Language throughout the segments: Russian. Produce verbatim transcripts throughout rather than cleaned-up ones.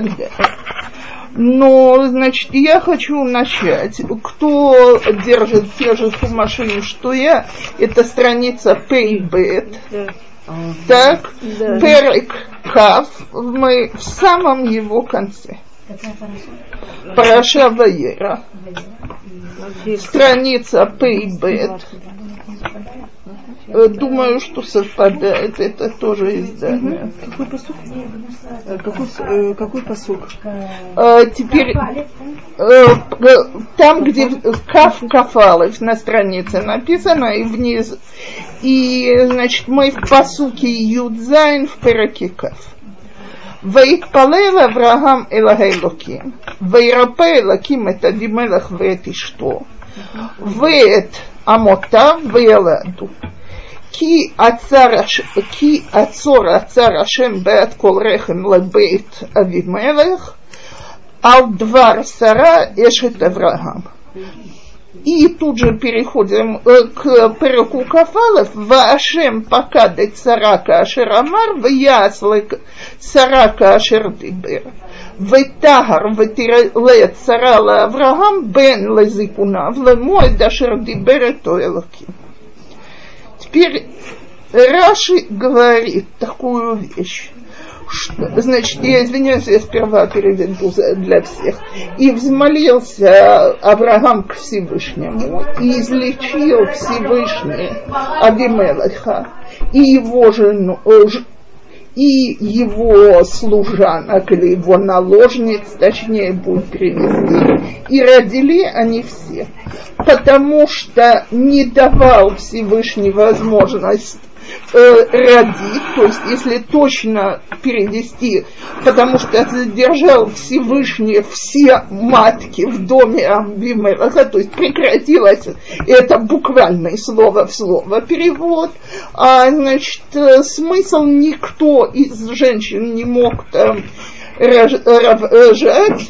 далее. Но, значит, я хочу начать. Кто держит те же сумасшедшие, что я, это страница Пейбет. Так, да. Перек Кав, мы в самом его конце. Параша Ваера. Страница Пейбет. Думаю, что совпадает, это тоже издание. Какой посук? Какой, какой посук? А, теперь там, где Каф Кафалев на странице написано, и вниз, и, значит, мы в посуке Юдзайн в Переке Каф. Ваикпалел Авраам Элохей Элоким, ваирапе Элоким это Авимелех вет Ишто, вет Амотав веяладу. כי עצור עצר השם בעד כל רחם לבית אבימלך, על דבר שרה אשת אברהם. И тут же переходим к переку Кафалев. Вашем покадет Сара кашер амар, вяслек Сара кашер дибер. Ветагар ветирелет Сара ла Авраам бен лезикунав лемоэд ашер дибер это Элоким. Теперь Раши говорит такую вещь, что, значит, я извиняюсь, я сперва переведу для всех. И взмолился Авраам к Всевышнему, и излечил Всевышний Авимелеха и его жену, и его служанок, или его наложниц, точнее будет перевести, и родили они все, потому что не давал Всевышний возможность э, родить, то есть если точно перевести, потому что задержал Всевышний все матки в доме Авимелеха, то есть прекратилось, это буквальное слово в слово перевод, а, значит, смысл никто из женщин не мог там рожать,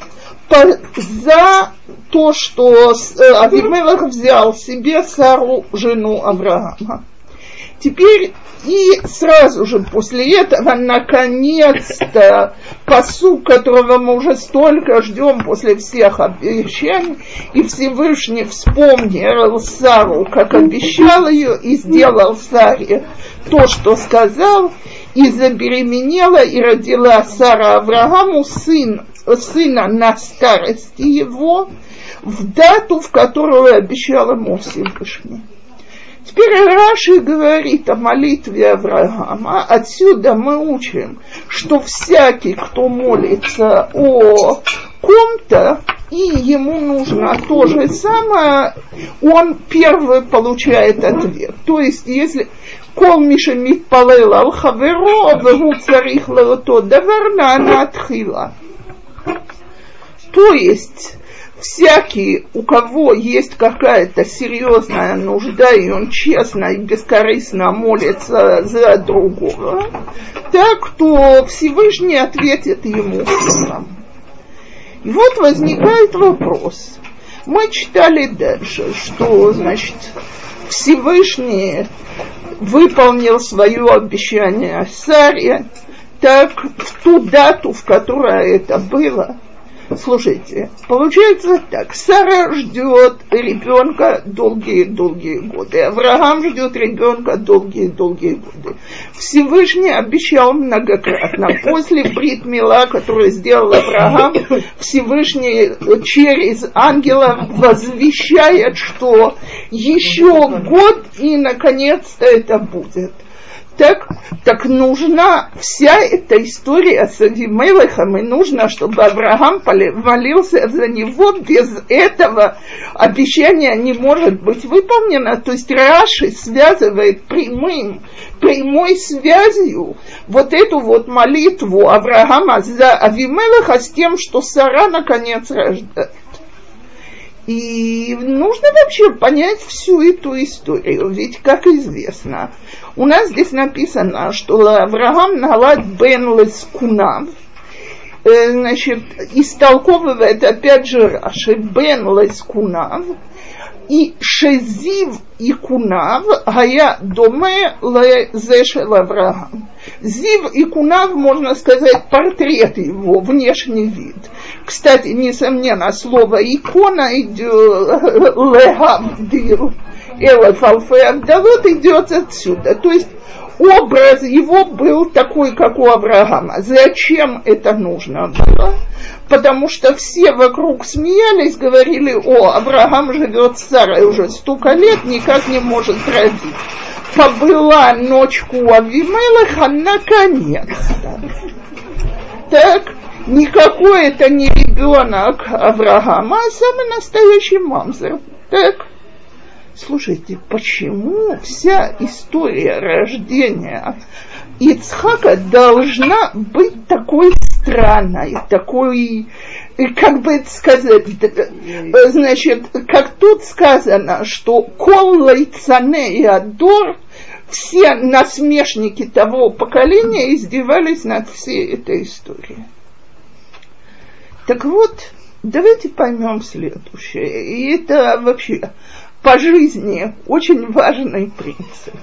за то, что Авимелех взял себе Сару, жену Авраама. Теперь и сразу же после этого, наконец-то, пасук, которого мы уже столько ждем после всех обещаний, и Всевышний вспомнил Сару, как обещал ее, и сделал Саре то, что сказал, и забеременела, и родила Сара Аврааму сын, сына на старости его, в дату, в которую обещал ему Всевышний. Теперь Раши говорит о молитве Авраама. Отсюда мы учим, что всякий, кто молится о ком-то, и ему нужно то же самое, он первый получает ответ. То есть, если кол миша митпалел ал хаверо, вегу царих лото давар на атхила. То есть, всякий, у кого есть какая-то серьезная нужда, и он честно и бескорыстно молится за другого, так, то Всевышний ответит ему первым. И вот возникает вопрос. Мы читали дальше, что, значит, Всевышний выполнил свое обещание Саре, так, в ту дату, в которой это было. Слушайте, получается так, Сара ждет ребенка долгие-долгие годы, Авраам ждет ребенка долгие-долгие годы. Всевышний обещал многократно, после брит мила, которую сделал Авраам, Всевышний через ангела возвещает, что еще год и наконец-то это будет. Так, так нужна вся эта история с Авимелехом, и нужно, чтобы Авраам молился за него. Без этого обещание не может быть выполнено. То есть Раши связывает прямым, прямой связью вот эту вот молитву Авраама за Авимелеха с тем, что Сара наконец рождает. И нужно вообще понять всю эту историю, ведь, как известно, у нас здесь написано, что Авраам налад бен лескунав, значит, истолковывает опять же Раши бен лескунав, и шезив и кунав гая доме лезе шел Авраам. Зив и кунав, можно сказать, портрет его, внешний вид. Кстати, несомненно, слово икона идет легавдил, элеф алфе авдалот идет отсюда. То есть образ его был такой, как у Авраама. Зачем это нужно было? Потому что все вокруг смеялись, говорили: о, Авраам живет с Сарой уже столько лет, никак не может родить. Побыла ночку у Авимелеха наконец-то. Так, никакой это не ребенок Авраама, а самый настоящий мамзер. Так, слушайте, почему вся история рождения Ицхака должна быть такой странной, такой, как бы это сказать, значит, как тут сказано, что кол лайцане и адор, все насмешники того поколения издевались над всей этой историей. Так вот, давайте поймем следующее, и это вообще по жизни очень важный принцип.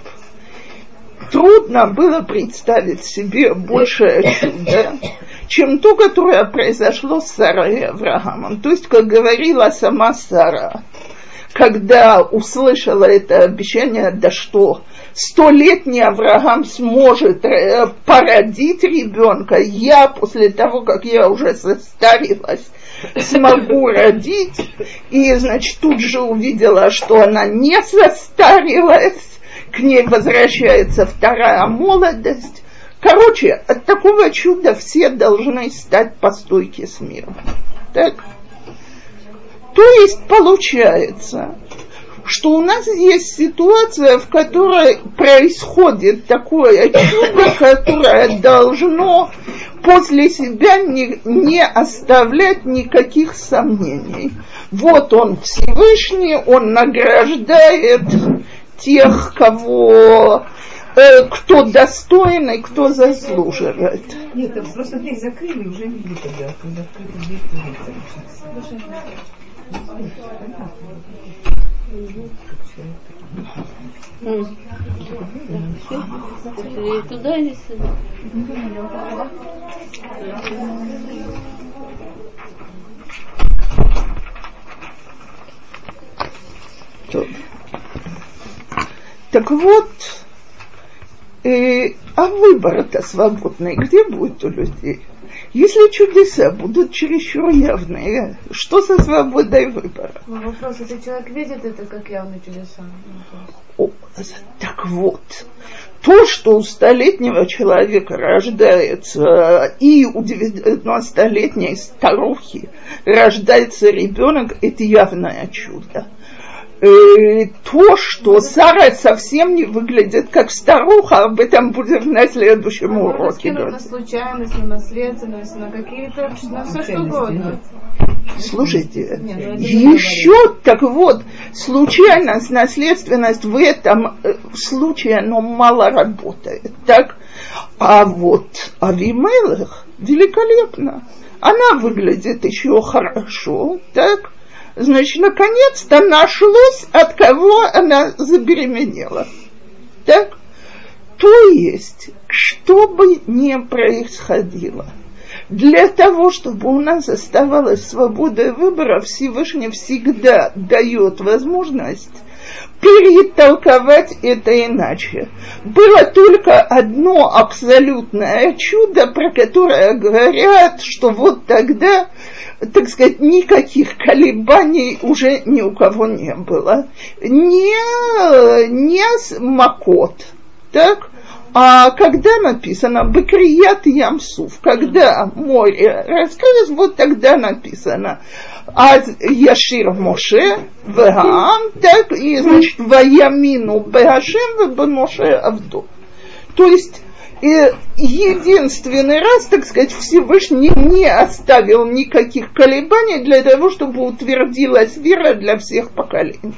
Трудно было представить себе большее чудо, чем то, которое произошло с Сарой и Авраамом. То есть, как говорила сама Сара, когда услышала это обещание, да что, столетний Авраам сможет породить ребенка, я после того, как я уже состарилась, смогу родить, и, значит, тут же увидела, что она не состарилась, к ней возвращается вторая молодость. Короче, от такого чуда все должны стать по стойке смирно. Так? То есть получается, что у нас есть ситуация, в которой происходит такое чудо, которое должно после себя не, не оставлять никаких сомнений. Вот он Всевышний, он награждает тех, кого, э, кто достоин и кто заслуживает. Нет, там просто дверь закрыли, уже не видно, когда, когда открыта дверь, то и туда, и сюда. Так вот, э, а выбор-то свободный где будет у людей? Если чудеса будут чересчур явные, что со свободой выбора? Ну, вопрос, если человек видит это как явные чудеса. О, так вот, то, что у столетнего человека рождается, и у девяностолетней старухи рождается ребенок, это явное чудо. То, что Сара совсем не выглядит как старуха, об этом будем на следующем а уроке. На случайность, на наследственность, на какие-то, на все что угодно. Слушайте, Нет, еще, так вот, случайность, наследственность в этом случае, оно мало работает, так? А вот Авимелех великолепно. Она выглядит еще хорошо, так? Значит, наконец-то нашлось, от кого она забеременела. Так? То есть, что бы ни происходило, для того, чтобы у нас оставалась свобода выбора, Всевышний всегда дает возможность перетолковать это иначе. Было только одно абсолютное чудо, про которое говорят, что вот тогда, так сказать, никаких колебаний уже ни у кого не было. Не, не макот, так? А когда написано «Бекрият Ямсуф», когда море раскрылось, вот тогда написано «Аз Яшир Моше вегаам», так, и, значит, «Ваямину бегашем вебеноше авдо». То есть, единственный раз, так сказать, Всевышний не оставил никаких колебаний для того, чтобы утвердилась вера для всех поколений.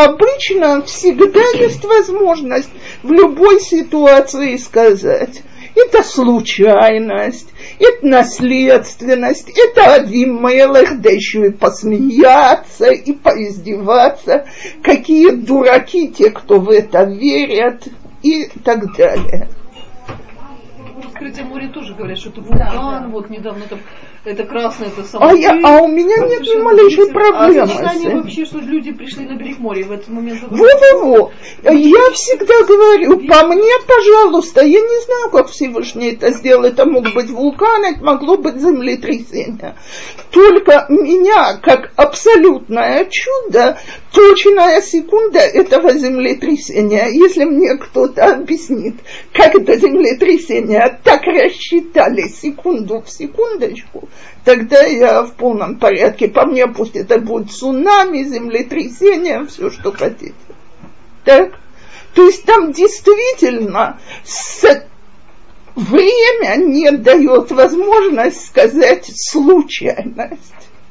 Обычно всегда есть возможность в любой ситуации сказать: это случайность, это наследственность, это один мелех, да еще и посмеяться, и поиздеваться, какие дураки те, кто в это верят, и так далее. Открытие моря тоже говорят, что это вулкан, да, да. Вот недавно там это красное, это самое. А, я, а у меня нет ни малейшей проблемы. А сочетание вообще, что люди пришли на берег моря в этот момент. Во-во-во. Я всегда говорю, по мне, пожалуйста, я не знаю, как Всевышний это сделал. Это мог быть вулкан, это могло быть землетрясение. Только меня, как абсолютное чудо, точная секунда этого землетрясения. Если мне кто-то объяснит, как это землетрясение так рассчитали секунду в секундочку, тогда я в полном порядке. По мне пусть это будет цунами, землетрясение, все, что хотите. Так? То есть там действительно с... время не дает возможность сказать случайность.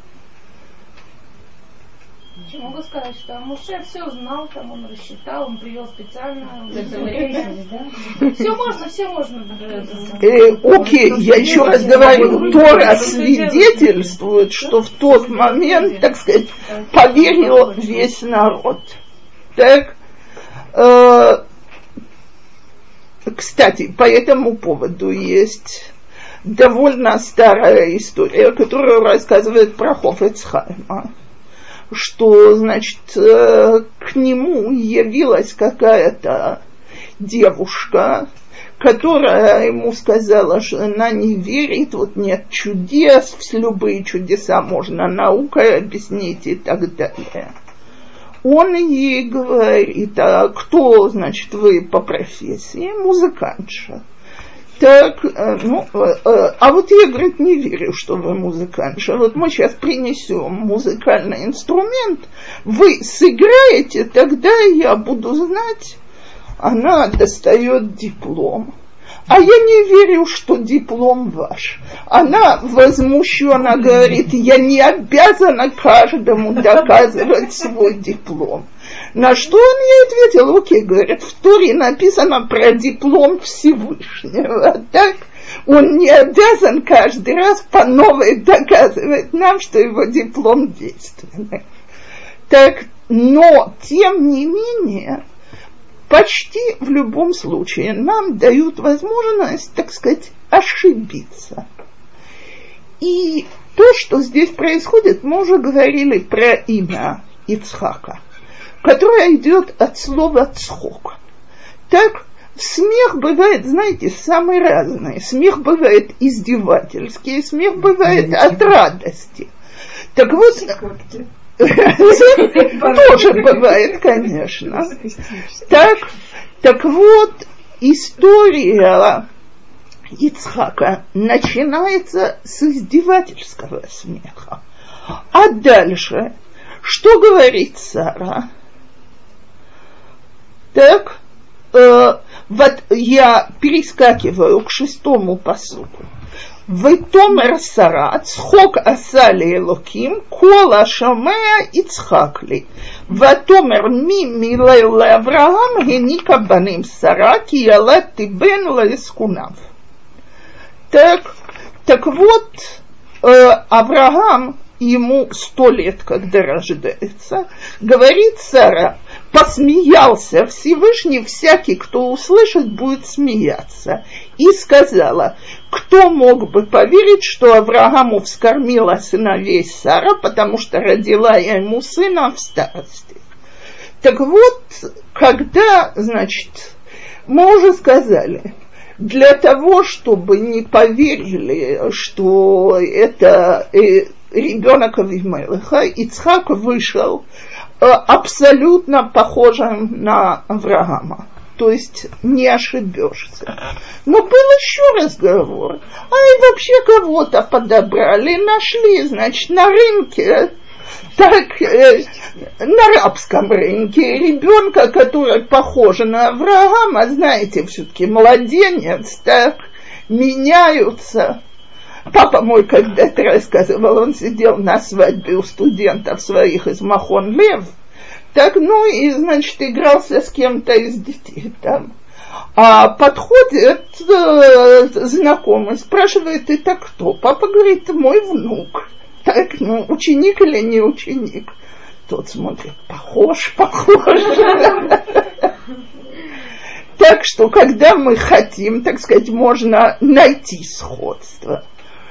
Я могу сказать, что Моше все знал, там он рассчитал, он привел специально. Все можно, все можно. Окей, я еще раз говорю, Тора свидетельствует, что в тот момент, так сказать, поверил весь народ. Так? Кстати, по этому поводу есть довольно старая история, которую рассказывает про Хофец Хаима, что, значит, к нему явилась какая-то девушка, которая ему сказала, что она не верит, вот нет чудес, любые чудеса можно наукой объяснить и так далее. Он ей говорит, а кто, значит, вы по профессии? Музыкантша. Так, ну, а вот я, говорит, не верю, что вы музыкантша. Вот мы сейчас принесем музыкальный инструмент, вы сыграете, тогда я буду знать. Она достает диплом. А я не верю, что диплом ваш. Она возмущенно говорит, я не обязана каждому доказывать свой диплом. На что он ей ответил, окей, говорит, в Торе написано про диплом Всевышнего, так? Он не обязан каждый раз по новой доказывать нам, что его диплом действенный. Так, но, тем не менее, почти в любом случае нам дают возможность, так сказать, ошибиться. И то, что здесь происходит, мы уже говорили про имя Ицхака, которое идет от слова «цхок». Так, смех бывает, знаете, самый разный. Смех бывает издевательский, смех бывает от радости. Так вот, тоже бывает, конечно. Так, так вот, история Ицхака начинается с издевательского смеха. А дальше, что говорит Сара? Так, э, вот я перескакиваю к шестому пасуку. Витомер Сара, цхок асали элоким, кола шамея ицхакли. Витомер ми милей лавраам, геника баним Сара, ки ялат тибен лаискунав. Так, так вот, э, Авраам, ему сто лет, когда рождается, говорит Сара, посмеялся Всевышний, всякий, кто услышит, будет смеяться. И сказала, кто мог бы поверить, что Аврааму вскормила сыновей Сара, потому что родила я ему сына в старости. Так вот, когда, значит, мы уже сказали, для того, чтобы не поверили, что это э, ребенок Авимелеха, Ицхак вышел э, абсолютно похожим на Авраама. То есть не ошибешься. Но был еще разговор. А и вообще кого-то подобрали, нашли, значит, на рынке, так, э, на арабском рынке, ребенка, который похож на Авраама, знаете, все-таки младенец, так, меняются. Папа мой когда-то рассказывал, он сидел на свадьбе у студентов своих из Махон Лев, так, ну, и, значит, игрался с кем-то из детей там. А подходит э, знакомый, спрашивает, это кто? Папа говорит, мой внук. Так, ну, ученик или не ученик? Тот смотрит, похож, похож. Так что, когда мы хотим, так сказать, можно найти сходство.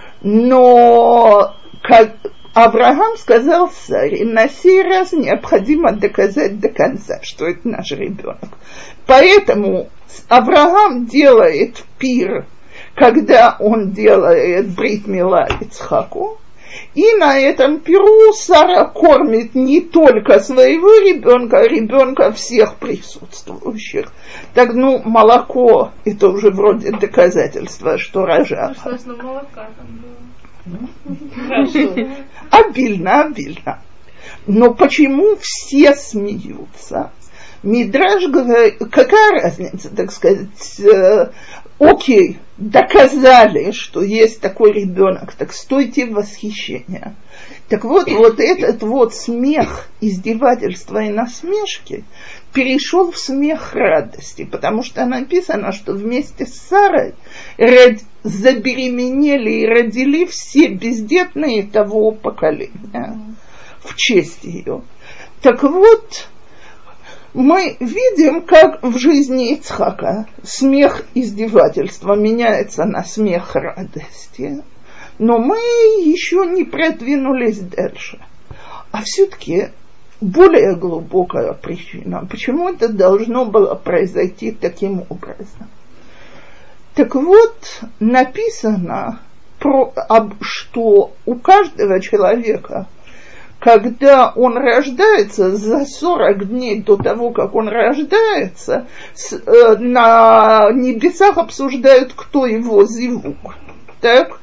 Но как Авраам сказал Саре, на сей раз необходимо доказать до конца, что это наш ребенок. Поэтому Авраам делает пир, когда он делает брит мила Ицхаку, и на этом пиру Сара кормит не только своего ребенка, а ребенка всех присутствующих. Так, ну, молоко, это уже вроде доказательства, что рожала. Что с молока там было? Хорошо. Обильно, обильно. Но почему все смеются? Мидраш говорит, какая разница, так сказать, э, окей, доказали, что есть такой ребенок, так стойте в восхищении. Так вот, вот этот вот смех, издевательства и насмешки перешел в смех радости, потому что написано, что вместе с Сарой род, забеременели и родили все бездетные того поколения в честь ее. Так вот, мы видим, как в жизни Ицхака смех издевательства меняется на смех радости, но мы еще не продвинулись дальше. А все-таки более глубокая причина, почему это должно было произойти таким образом. Так вот, написано, про, об, что у каждого человека, когда он рождается, за сорок дней до того, как он рождается, с, э, на небесах обсуждают, кто его зивук. Так?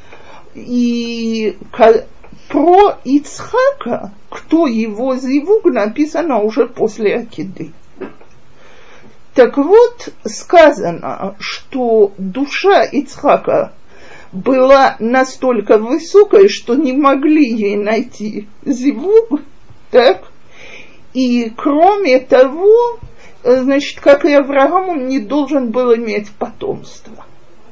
И к, про Ицхака, кто его зивук, написано уже после Акиды. Так вот, сказано, что душа Ицхака была настолько высокой, что не могли ей найти зивук, так? И кроме того, значит, как и Авраам, он не должен был иметь потомство.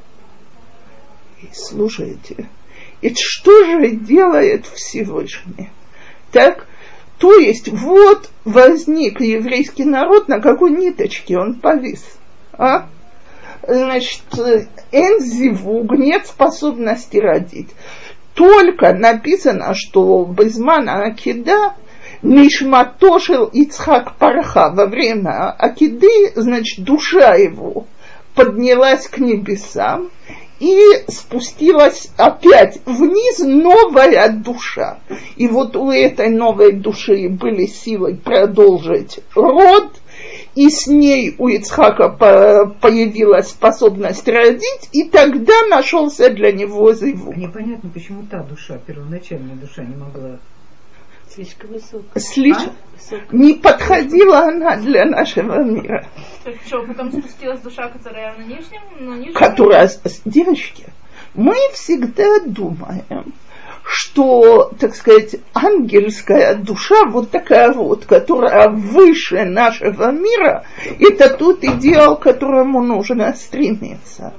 И слушайте, это что же делает Всевышний? Так? То есть, вот возник еврейский народ, на какой ниточке он повис, а? Значит, энзивуг, нет способности родить. Только написано, что Безмана Акида Нишматошел Ицхак Парха, во время Акиды, значит, душа его поднялась к небесам и спустилась опять вниз новая душа. И вот у этой новой души были силы продолжить род, и с ней у Ицхака появилась способность родить, и тогда нашелся для него зивук. Непонятно, почему та душа, первоначальная душа, не могла... Слишком высокая. Слишком... А? Не подходила она для нашего мира. Что, потом спустилась душа, которая на нижнем? На нижнем? Которая... Девочки, мы всегда думаем, что, так сказать, ангельская душа, вот такая вот, которая выше нашего мира, это тот идеал, к которому нужно стремиться.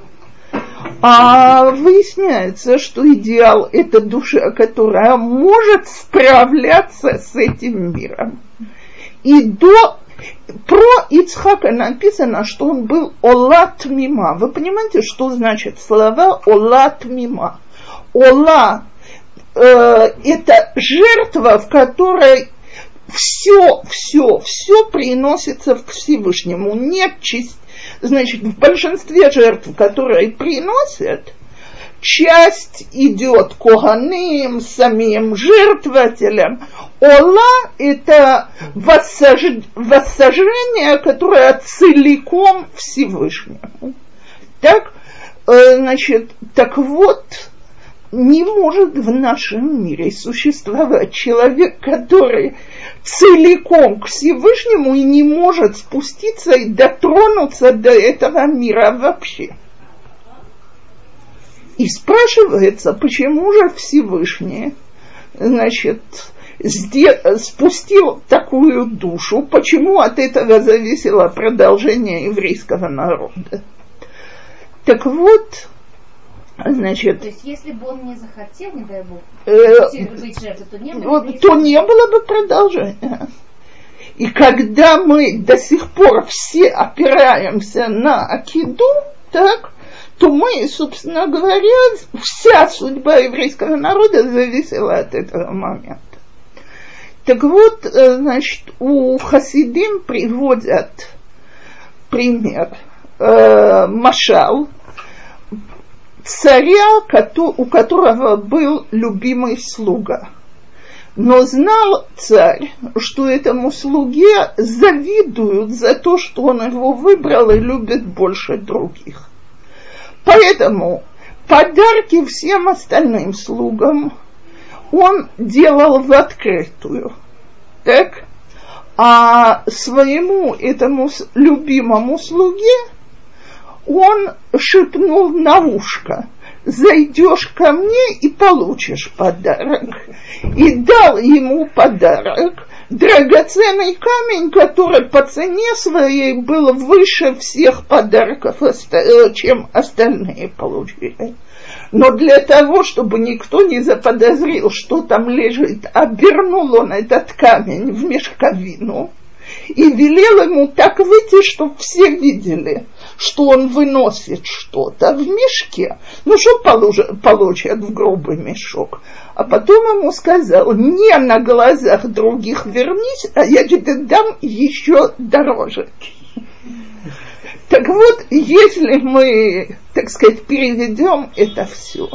А выясняется, что идеал – это душа, которая может справляться с этим миром. И до... Про Ицхака написано, что он был Олат Мима. Вы понимаете, что значит слова Олат Мима? Ола это жертва, в которой все, все, все приносится к Всевышнему. Нет честь. Значит, в большинстве жертв, которые приносят, часть идет коганым, самим жертвователям. Ола – это воссаж... воссожжение, которое целиком Всевышнему. Так, значит, так вот, не может в нашем мире существовать человек, который целиком к Всевышнему и не может спуститься и дотронуться до этого мира вообще. И спрашивается, почему же Всевышний, значит, спустил такую душу, почему от этого зависело продолжение еврейского народа. Так вот, значит... То есть, если бы он не захотел, не дай бог, э, быть жертвой, то не было бы... То не было бы продолжения. И когда мы до сих пор все опираемся на акиду, так, то мы, собственно говоря, вся судьба еврейского народа зависела от этого момента. Так вот, значит, у хасидим приводят пример, э, машал, царя, у которого был любимый слуга. Но знал царь, что этому слуге завидуют за то, что он его выбрал и любит больше других. Поэтому подарки всем остальным слугам он делал в открытую, так? А своему этому любимому слуге он шепнул на ушко: зайдешь ко мне и получишь подарок. И дал ему подарок, драгоценный камень, который по цене своей был выше всех подарков, чем остальные получили. Но для того, чтобы никто не заподозрил, что там лежит, обернул он этот камень в мешковину и велел ему так выйти, чтобы все видели, что он выносит что-то в мешке, ну что получат в грубый мешок. А потом ему сказал: не на глазах других вернись, а я тебе дам еще дороже. Так вот, если мы, так сказать, переведем это все,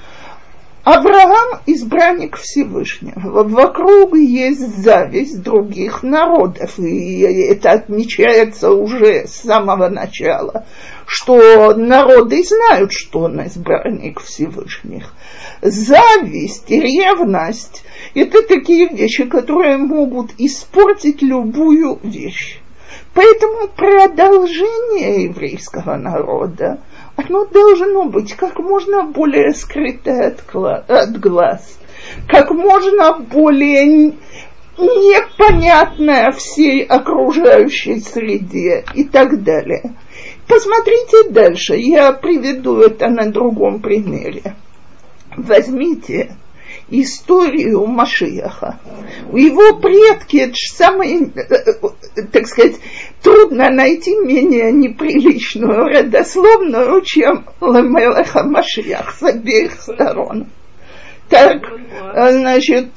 Авраам – избранник Всевышнего. Вокруг есть зависть других народов, и это отмечается уже с самого начала, что народы знают, что он избранник Всевышних. Зависть и ревность – это такие вещи, которые могут испортить любую вещь. Поэтому продолжение еврейского народа, оно должно быть как можно более скрытое от, кла- от глаз, как можно более непонятное всей окружающей среде и так далее. Посмотрите дальше, я приведу это на другом примере. Возьмите историю Машиаха. У его предки, это же самое, так сказать, трудно найти менее неприличную родословную, чем Ламелеха Машиах с обеих сторон. Так, значит,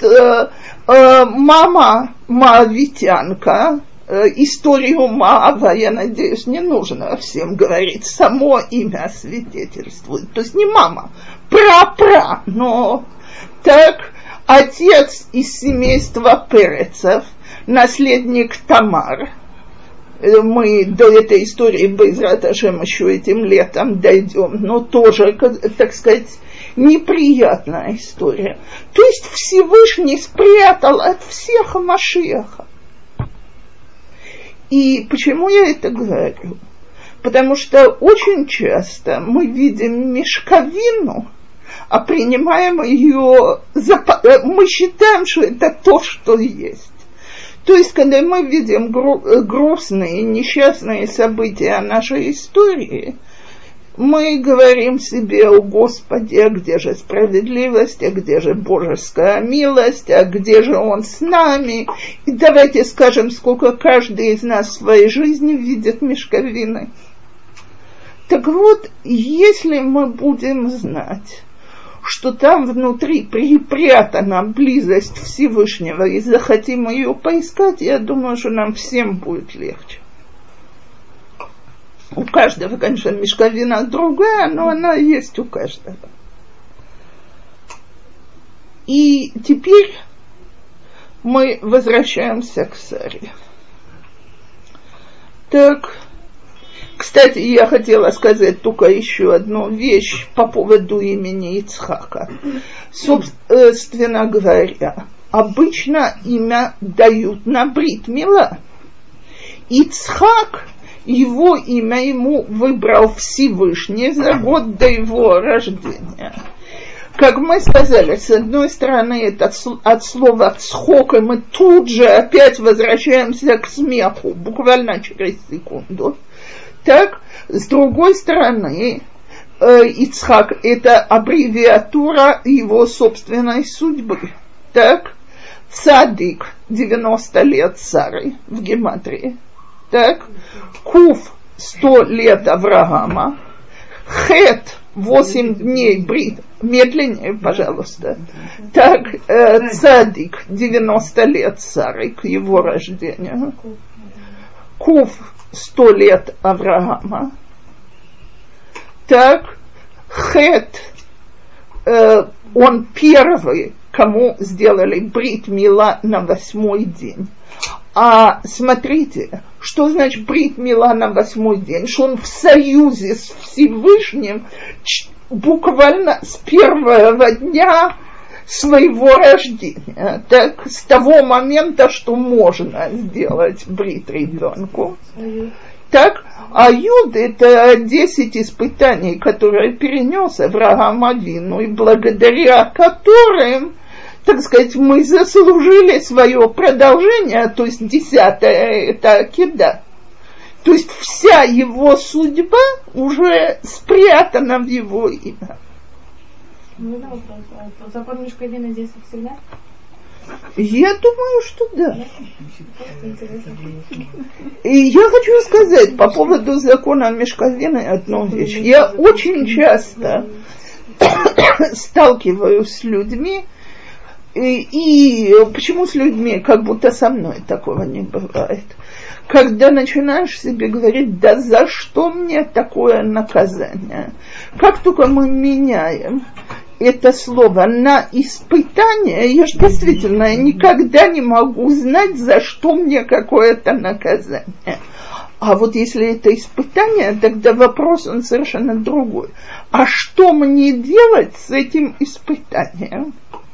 мама моавитянка, историю Моава, я надеюсь, не нужно всем говорить, само имя свидетельствует. То есть не мама, пра-пра, но так, отец из семейства Перецев, наследник Тамар. Мы до этой истории Бейзрат Ашем еще этим летом дойдем, но тоже, так сказать, неприятная история. То есть Всевышний спрятал от всех Машиаха. И почему я это говорю? Потому что очень часто мы видим мешковину, а принимаем ее, за, мы считаем, что это то, что есть. То есть, когда мы видим гру, грустные, несчастные события нашей истории, мы говорим себе: о Господи, а где же справедливость, а где же божеская милость, а где же Он с нами? И давайте скажем, сколько каждый из нас в своей жизни видит мешковины. Так вот, если мы будем знать, что там внутри припрятана близость Всевышнего, и захотим ее поискать, я думаю, что нам всем будет легче. У каждого, конечно, мешковина другая, но она есть у каждого. И теперь мы возвращаемся к Саре. Так, кстати, я хотела сказать только еще одну вещь по поводу имени Ицхака. Собственно говоря, обычно имя дают на брит мила. Ицхак, его имя ему выбрал Всевышний за год до его рождения. как мы сказали, с одной стороны, это от слова «цхок», и мы тут же опять возвращаемся к смеху, буквально через секунду. Так, с другой стороны, Ицхак – это аббревиатура его собственной судьбы. Так, Цадик – девяносто лет Сары в гематрии. Так, Кув – сто лет Авраама. Хет – восемь дней Брит. Медленнее, пожалуйста. Так, э, Цадик – девяносто лет Сары к его рождению. Кув – сто лет Авраама. Так, Хет, э, он первый, кому сделали брит мила на восьмой день. А смотрите, что значит брит мила на восьмой день? Что он в союзе с Всевышним буквально с первого дня своего рождения. Так, с того момента, что можно сделать брит ребенку. Так, а Юд – это десять испытаний, которые перенес Авраам Авину, и благодаря которым, так сказать, мы заслужили свое продолжение, то есть десятое – это Акида. То есть вся его судьба уже спрятана в его имя. Ну, да, вопрос. А закон Мишкавина здесь всегда? Я думаю, что да. И я хочу сказать по поводу закона Мишкавины одну вещь. Я очень часто сталкиваюсь с людьми, и, и почему с людьми, как будто со мной такого не бывает. Когда начинаешь себе говорить, да за что мне такое наказание? Как только мы меняем это слово на испытание, я же действительно никогда не могу знать, за что мне какое-то наказание. А вот если это испытание, тогда вопрос он совершенно другой. А что мне делать с этим испытанием?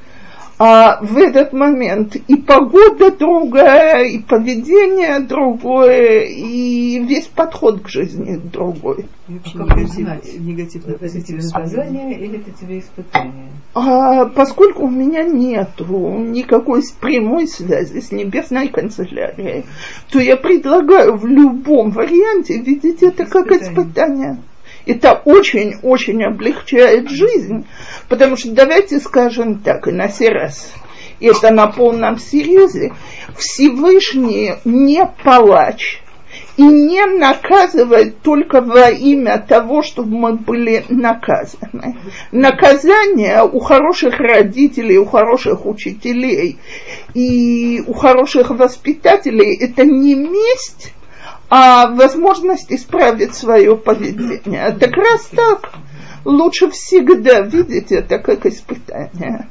А в этот момент и погода другая, и поведение другое, и весь подход к жизни другой. Негативное позитивное наказание или это тебе испытание? А поскольку у меня нету никакой прямой связи с небесной канцелярией, то я предлагаю в любом варианте видеть это как испытание. Это очень-очень облегчает жизнь, потому что давайте скажем так, и на сей раз, это на полном серьезе, Всевышний не палач и не наказывает только во имя того, чтобы мы были наказаны. Наказание у хороших родителей, у хороших учителей и у хороших воспитателей – это не месть, а возможность исправить свое поведение. Так раз так, лучше всегда видеть это как испытание.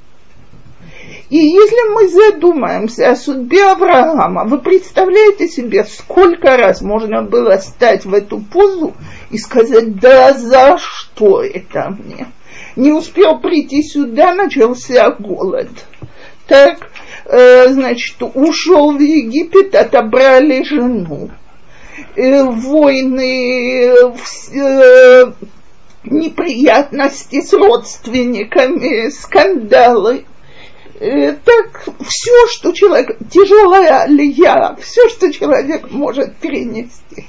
И если мы задумаемся о судьбе Авраама, вы представляете себе, сколько раз можно было стать в эту позу и сказать, да за что это мне? Не успел прийти сюда, начался голод. Так, э, значит, ушел в Египет, отобрали жену. Войны, э, неприятности с родственниками, скандалы. Э, так, все, что человек, тяжелая алия, все, что человек может перенести.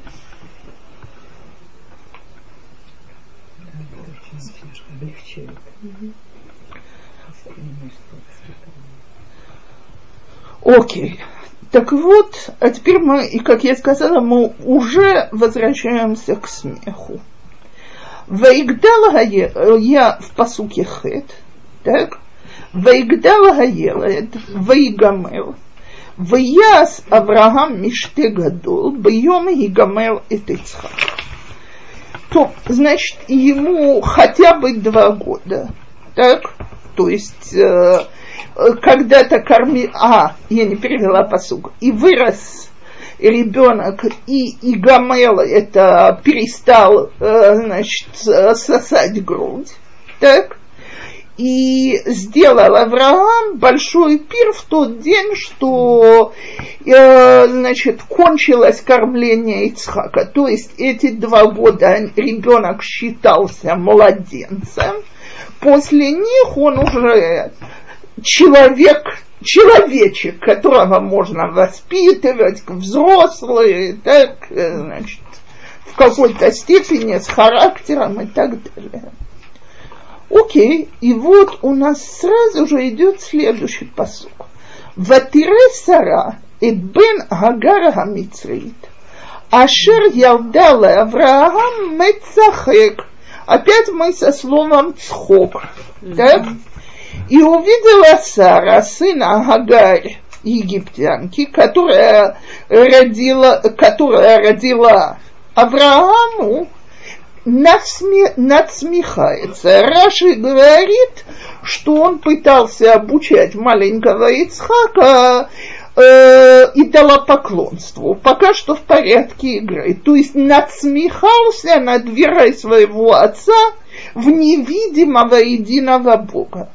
Окей. Так вот, а теперь мы, и как я сказала, мы уже возвращаемся к смеху. Ваигдал гаелед, я в пасуке Хет, так? Ваигдал гаелед, ваигамел, ваяс Авраам миште гадол, бьем игамел эт Ицхак. То, значит, ему хотя бы два года, так? То есть... Э, когда-то кормил, а, я не перевела пасук, и вырос ребенок, и, и гамел, это перестал, значит, сосать грудь, так, и сделал Авраам большой пир в тот день, что, значит, кончилось кормление Ицхака, то есть эти два года ребенок считался младенцем. после них он уже человек, человечек, которого можно воспитывать, взрослый, так, значит, в какой-то степени с характером и так далее. Окей, и вот у нас сразу же идет следующий пасук. Ватире Сара эт бен Агар ха-Мицрит, ашер ялда ле-Авраам мецахек. Опять мы со словом цхок. Mm-hmm. Так? И увидела Сара, сына Агарь, египтянки, которая родила, которая родила Аврааму, Надсме, надсмехается. Раши говорит, что он пытался обучать маленького Ицхака э, идолопоклонству, пока что в порядке игры. То есть надсмехался над верой своего отца в невидимого единого Бога.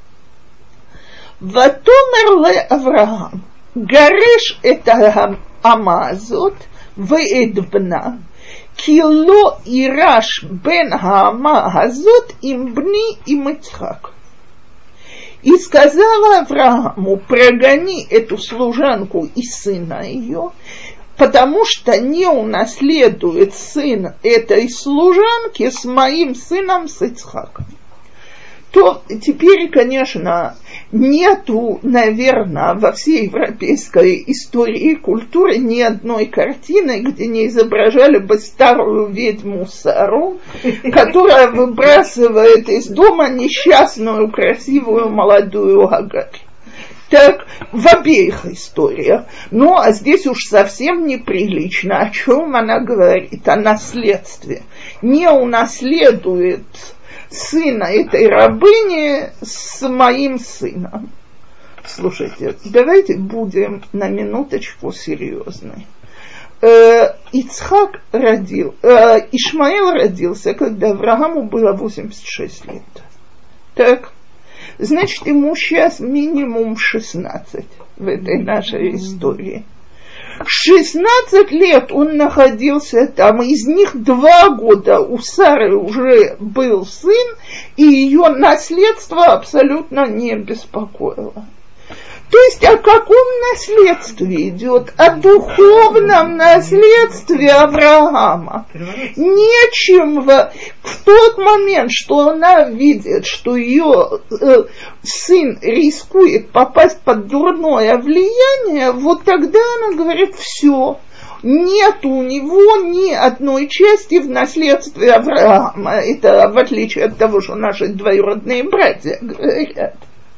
Ватомер ле Авраам, гареш это амазот веэдбна, кило ираш бен хаама газот им бни им Ицхак. И сказала Аврааму: прогони эту служанку и сына ее, потому что не унаследует сын этой служанки с моим сыном, с Ицхаком. То теперь, конечно, нету, наверное, во всей европейской истории и культуре ни одной картины, где не изображали бы старую ведьму Сару, которая выбрасывает из дома несчастную, красивую, молодую Агарь. Так, в обеих историях. Ну, а здесь уж совсем неприлично. О чем она говорит? О наследстве. Не унаследует сына этой рабыни с моим сыном. Слушайте, давайте будем на минуточку серьезны. Э, Ицхак родил, э, Ишмаэл родился, когда Аврааму было восемьдесят шесть лет. Так, значит, ему сейчас минимум шестнадцать в этой нашей истории. шестнадцать лет он находился там, из них два года у Сары уже был сын, и ее наследство абсолютно не беспокоило. То есть о каком наследстве идет? О духовном наследстве Авраама. Нечем в, в тот момент, что она видит, что ее э, сын рискует попасть под дурное влияние, вот тогда она говорит: все, нет у него ни одной части в наследстве Авраама. Это в отличие от того, что наши двоюродные братья говорят.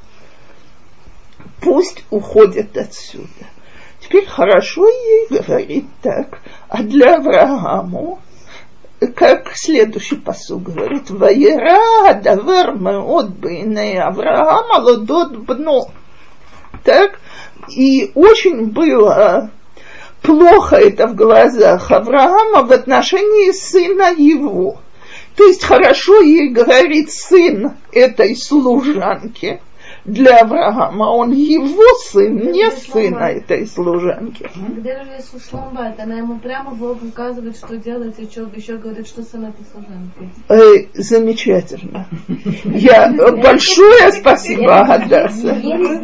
Пусть уходят отсюда. Теперь хорошо ей говорить так. А для Аврааму, как следующий пасук говорит: «Ваера давар меод бейней Авраама лодот бно». Так? И очень было плохо это в глазах Авраама в отношении сына его. То есть хорошо ей говорит сын этой служанки. Для Авраама он его сын, не сына этой служанки. Где же Иисус Шломбайт? Она ему прямо Бог указывает, что делать, и еще, еще говорит, что сын этой служанки. Эй, замечательно. Я большое спасибо, Адаса.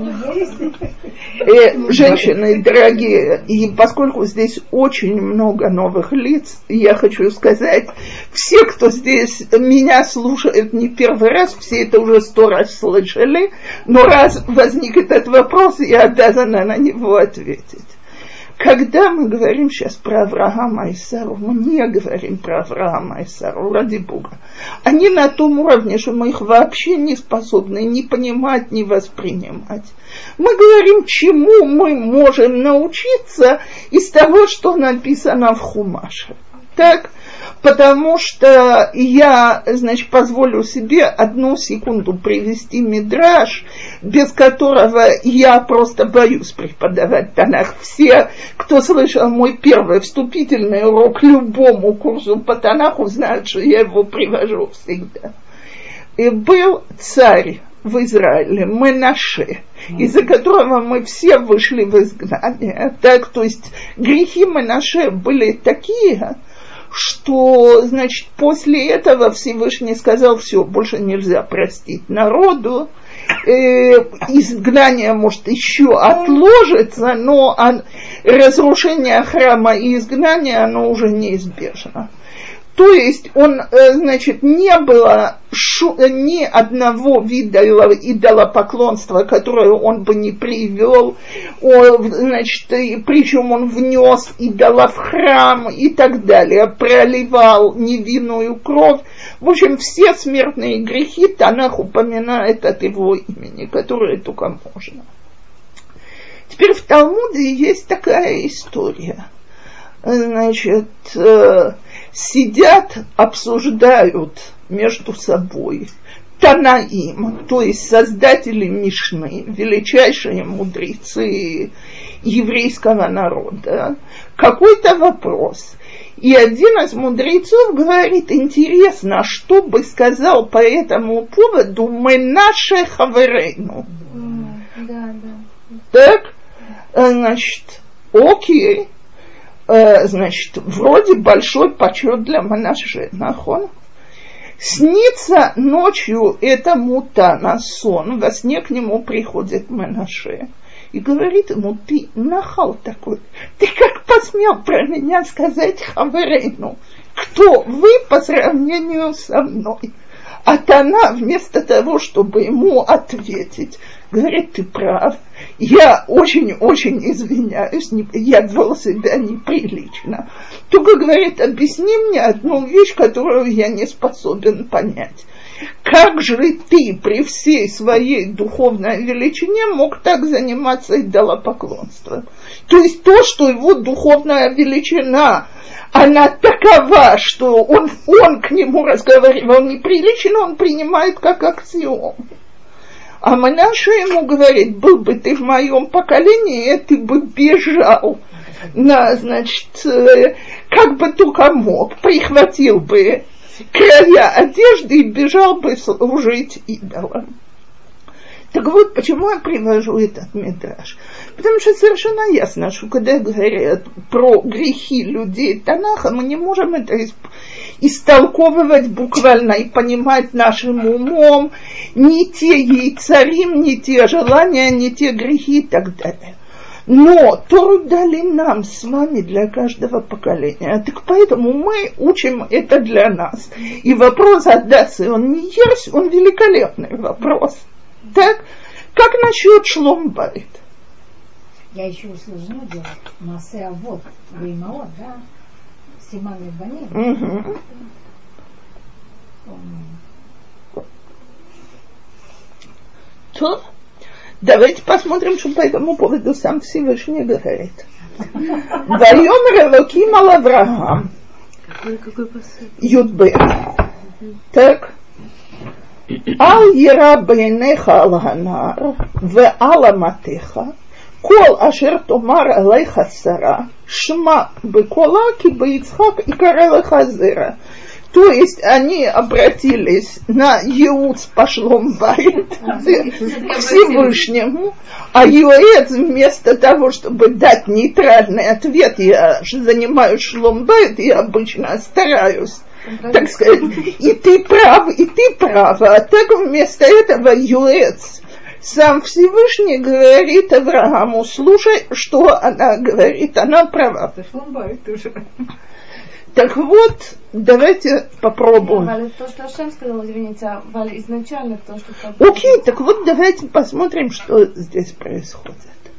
Э, женщины дорогие, и поскольку здесь очень много новых лиц, я хочу сказать, все, кто здесь меня слушает не первый раз, все это уже сто раз слышали. Но раз возник этот вопрос, я обязана на него ответить. Когда мы говорим сейчас про Авраама и Сару, мы не говорим про Авраама и Сару, ради Бога. Они на том уровне, что мы их вообще не способны ни понимать, ни воспринимать. Мы говорим, чему мы можем научиться из того, что написано в Хумаше. Так? Потому что я, значит, позволю себе одну секунду привести мидраш, без которого я просто боюсь преподавать Танах. Все, кто слышал мой первый вступительный урок любому курсу по Танаху, знают, что я его привожу всегда. И был царь в Израиле, Менаше, из-за которого мы все вышли в изгнание. Так, то есть грехи Менаше были такие, что, значит, после этого Всевышний сказал, все, больше нельзя простить народу, э, изгнание, может, еще отложится, но он, разрушение храма и изгнание, оно уже неизбежно. То есть он, значит, не было шу, ни одного вида идолопоклонства, которое он бы не привел, он, значит, причем он внес идола в храм и так далее, проливал невинную кровь. В общем, все смертные грехи Танах упоминает от его имени, которые только можно. Теперь в Талмуде есть такая история. Значит, сидят, обсуждают между собой Танаим, то есть создатели Мишны, величайшие мудрецы еврейского народа, какой-то вопрос. И один из мудрецов говорит, интересно, что бы сказал по этому поводу Менаше Хаверейну. Да, да. Так, значит, окей. Значит, вроде большой почет для Менаше, нахон. Снится ночью этому Тана сон, во сне к нему приходит Менаше и говорит ему, ты нахал такой, ты как посмел про меня сказать Хаверейну, кто вы по сравнению со мной? А Тана вместо того, чтобы ему ответить, говорит, ты прав, я очень-очень извиняюсь, не, я вел себя неприлично. Только, говорит, объясни мне одну вещь, которую я не способен понять. Как же ты при всей своей духовной величине мог так заниматься идолопоклонством? То есть то, что его духовная величина, она такова, что он, он к нему разговаривал неприлично, он принимает как аксиому. А Менаше ему говорит, был бы ты в моем поколении, ты бы бежал, на, значит, как бы только мог, прихватил бы края одежды и бежал бы служить идолам. Так вот, почему я привожу этот мидраш? Потому что совершенно ясно, что когда говорят про грехи людей Танаха, мы не можем это истолковывать буквально и понимать нашим умом ни те яйцарим, ни те желания, ни те грехи и так далее. Но Тору дали нам с вами для каждого поколения. Так поэтому мы учим это для нас. И вопрос Адасы, он не ересь, он великолепный вопрос. Так, как насчет Шлом Байт? Я еще усложню дело. Масе Авот, Веймаот, да? Симан и Баним. Угу. То, давайте посмотрим, что по этому поводу сам Всевышний говорит. Вайомер Элоким ал Авраам. Юдбе. Так. Ал ира бейнеха ал ханар, ве ал аматеха, кол ашер томар алейха сара, шма бекола ки бейцхак и карелеха зера. То есть они обратились на Еуц по Шлом Байт к Всевышнему, а Юэц вместо того, чтобы дать нейтральный ответ, я же занимаюсь Шлом Байт, я обычно стараюсь, так сказать, и ты прав, и ты прав, а так вместо этого Юэц, сам Всевышний говорит Аврааму, слушай, что она говорит, она права. Так вот, давайте попробуем. Валя, то, что Ашем сказал, извините, а Валя, изначально то, что... Окей, так вот давайте посмотрим, что здесь происходит.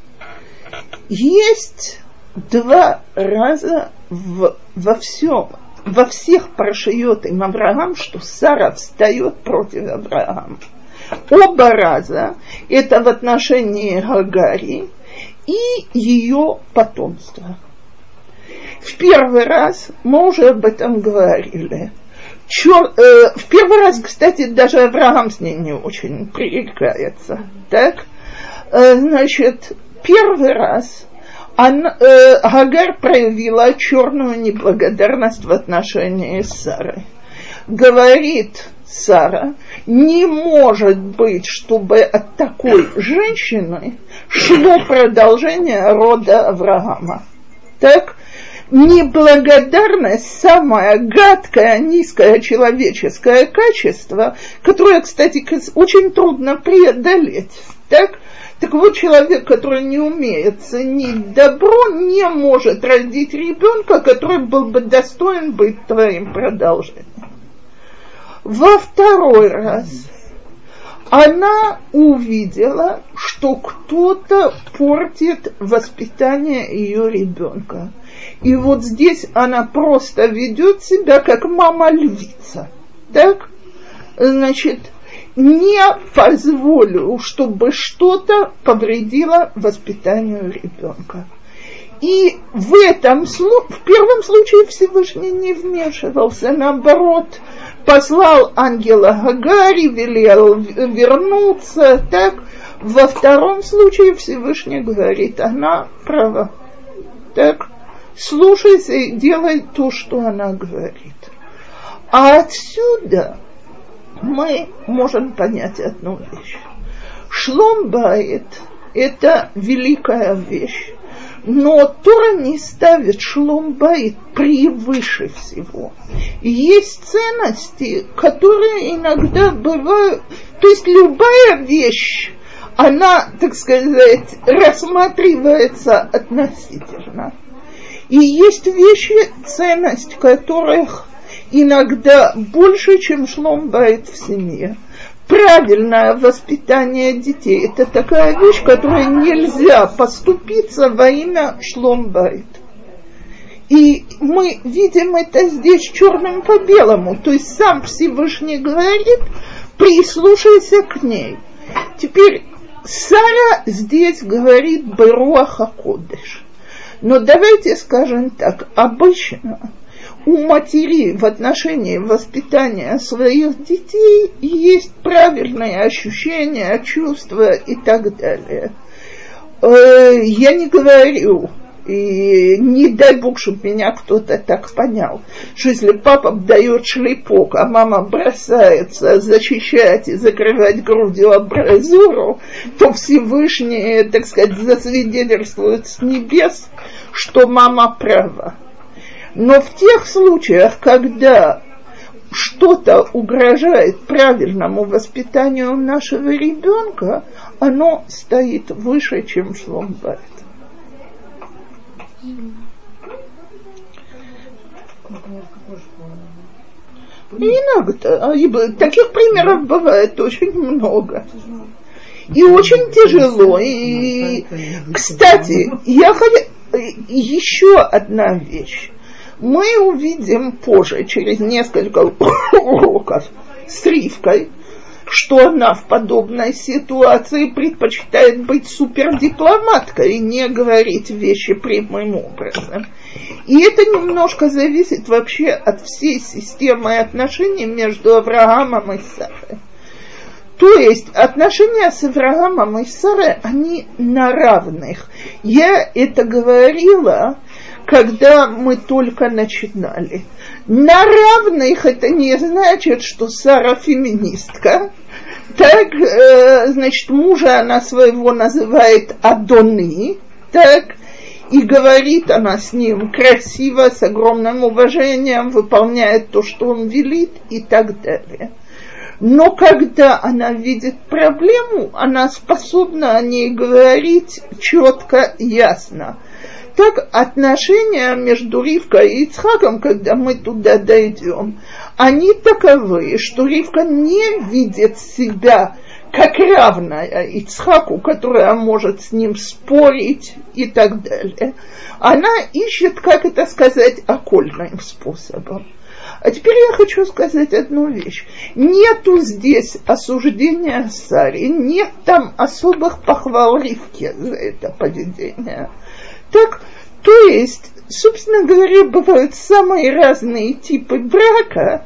Есть два раза в, во всем, во всех паршиот им Авраам, что Сара встает против Авраама. Оба раза это в отношении Гагари и ее потомства. В первый раз мы уже об этом говорили. Чер, э, в первый раз, кстати, даже Авраам с ней не очень пререкается. Так? Э, значит, первый раз она, э, Агар проявила черную неблагодарность в отношении Сары. Говорит Сара, не может быть, чтобы от такой женщины шло продолжение рода Авраама. Так? неблагодарность – самое гадкое, низкое человеческое качество, которое, кстати, очень трудно преодолеть. Так? Так вот, человек, который не умеет ценить добро, не может родить ребенка, который был бы достоин быть твоим продолжением. Во второй раз она увидела, что кто-то портит воспитание ее ребенка. И вот здесь она просто ведет себя как мама-львица. Так? Значит, не позволю, чтобы что-то повредило воспитанию ребенка. И в этом в первом случае Всевышний не вмешивался, наоборот, послал ангела Гагари, велел вернуться, так. Во втором случае Всевышний говорит, она права, так. Слушайся и делай то, что она говорит. А отсюда мы можем понять одну вещь. Шлом баит – это великая вещь, но Тора не ставит шлом баит превыше всего. И есть ценности, которые иногда бывают, то есть любая вещь, она, так сказать, рассматривается относительно. И есть вещи, ценность которых иногда больше, чем шлом баит в семье. Правильное воспитание детей – это такая вещь, которой нельзя поступиться во имя шлом баит. И мы видим это здесь черным по белому. То есть сам Всевышний говорит, прислушайся к ней. Теперь Сара здесь говорит «Беруах ха-кодеш». Но давайте скажем так, обычно у матерей в отношении воспитания своих детей есть правильные ощущения, чувства и так далее. Я не говорю, и не дай Бог, чтобы меня кто-то так понял, что если папа дает шлепок, а мама бросается защищать и закрывать грудью абразуру, то Всевышний, так сказать, засвидетельствует с небес, что мама права. Но в тех случаях, когда что-то угрожает правильному воспитанию нашего ребенка, оно стоит выше, чем шлом баит. Иногда. Таких примеров бывает очень много. И очень тяжело. И, кстати, я хочу... еще одна вещь. Мы увидим позже, через несколько уроков с Ривкой, что она в подобной ситуации предпочитает быть супердипломаткой и не говорить вещи прямым образом. И это немножко зависит вообще от всей системы отношений между Авраамом и Сарой. То есть отношения с Авраамом и Сарой, они на равных. Я это говорила, когда мы только начинали. На равных это не значит, что Сара феминистка. Так, э, значит, мужа она своего называет Адони, так, и говорит она с ним красиво, с огромным уважением, выполняет то, что он велит и так далее. Но когда она видит проблему, она способна о ней говорить четко, ясно. Так отношения между Ривкой и Ицхаком, когда мы туда дойдем, они таковы, что Ривка не видит себя как равная Ицхаку, которая может с ним спорить и так далее. Она ищет, как это сказать, окольным способом. А теперь я хочу сказать одну вещь. Нету здесь осуждения Саре, нет там особых похвал Ривке за это поведение. Так, то есть, собственно говоря, бывают самые разные типы брака,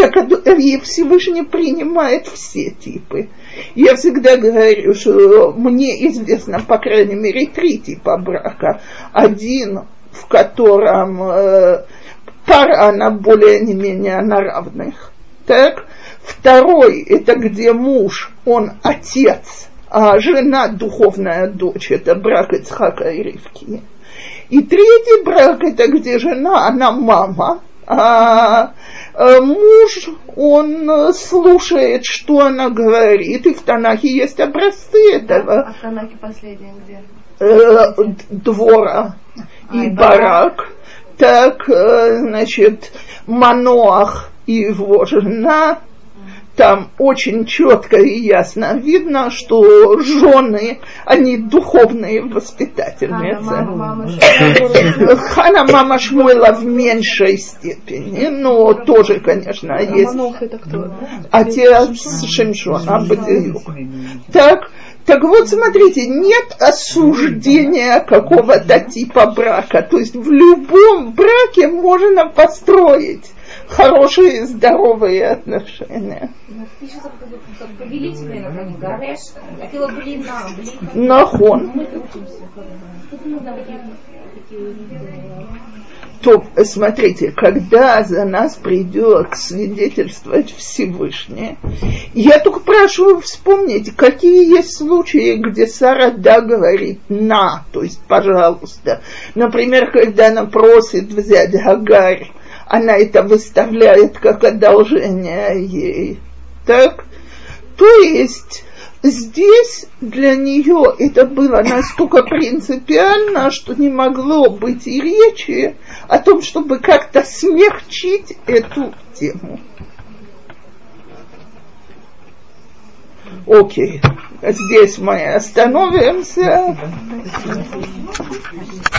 и Всевышний принимает все типы. Я всегда говорю, что мне известно, по крайней мере, три типа брака. Один, в котором э, пара, она более-менее на равных. Так? Второй, это где муж, он отец, а жена духовная дочь, это брак Ицхака и Ривки. И третий брак, это где жена, она мама, а муж, он слушает, что она говорит, и в Танахе есть образцы этого. А в Танахе последнее где? Э, двора и а, барак. барак. Так, значит, Маноах и его жена, там очень четко и ясно видно, что жены, они духовные воспитательницы. Хана мама Шмуэла в меньшей степени, но тоже, конечно, есть. Отец Шимшона Бадиюк. Так, так вот, смотрите, нет осуждения какого-то типа брака. То есть в любом браке можно построить хорошие, здоровые отношения. Нахон. То, смотрите, когда за нас придет свидетельствовать Всевышний, я только прошу вспомнить, какие есть случаи, где Сара да говорит на, то есть пожалуйста. Например, когда она просит взять Агарь, она это выставляет как одолжение ей. Так? То есть здесь для нее это было настолько принципиально, что не могло быть и речи о том, чтобы как-то смягчить эту тему. Окей, здесь мы остановимся.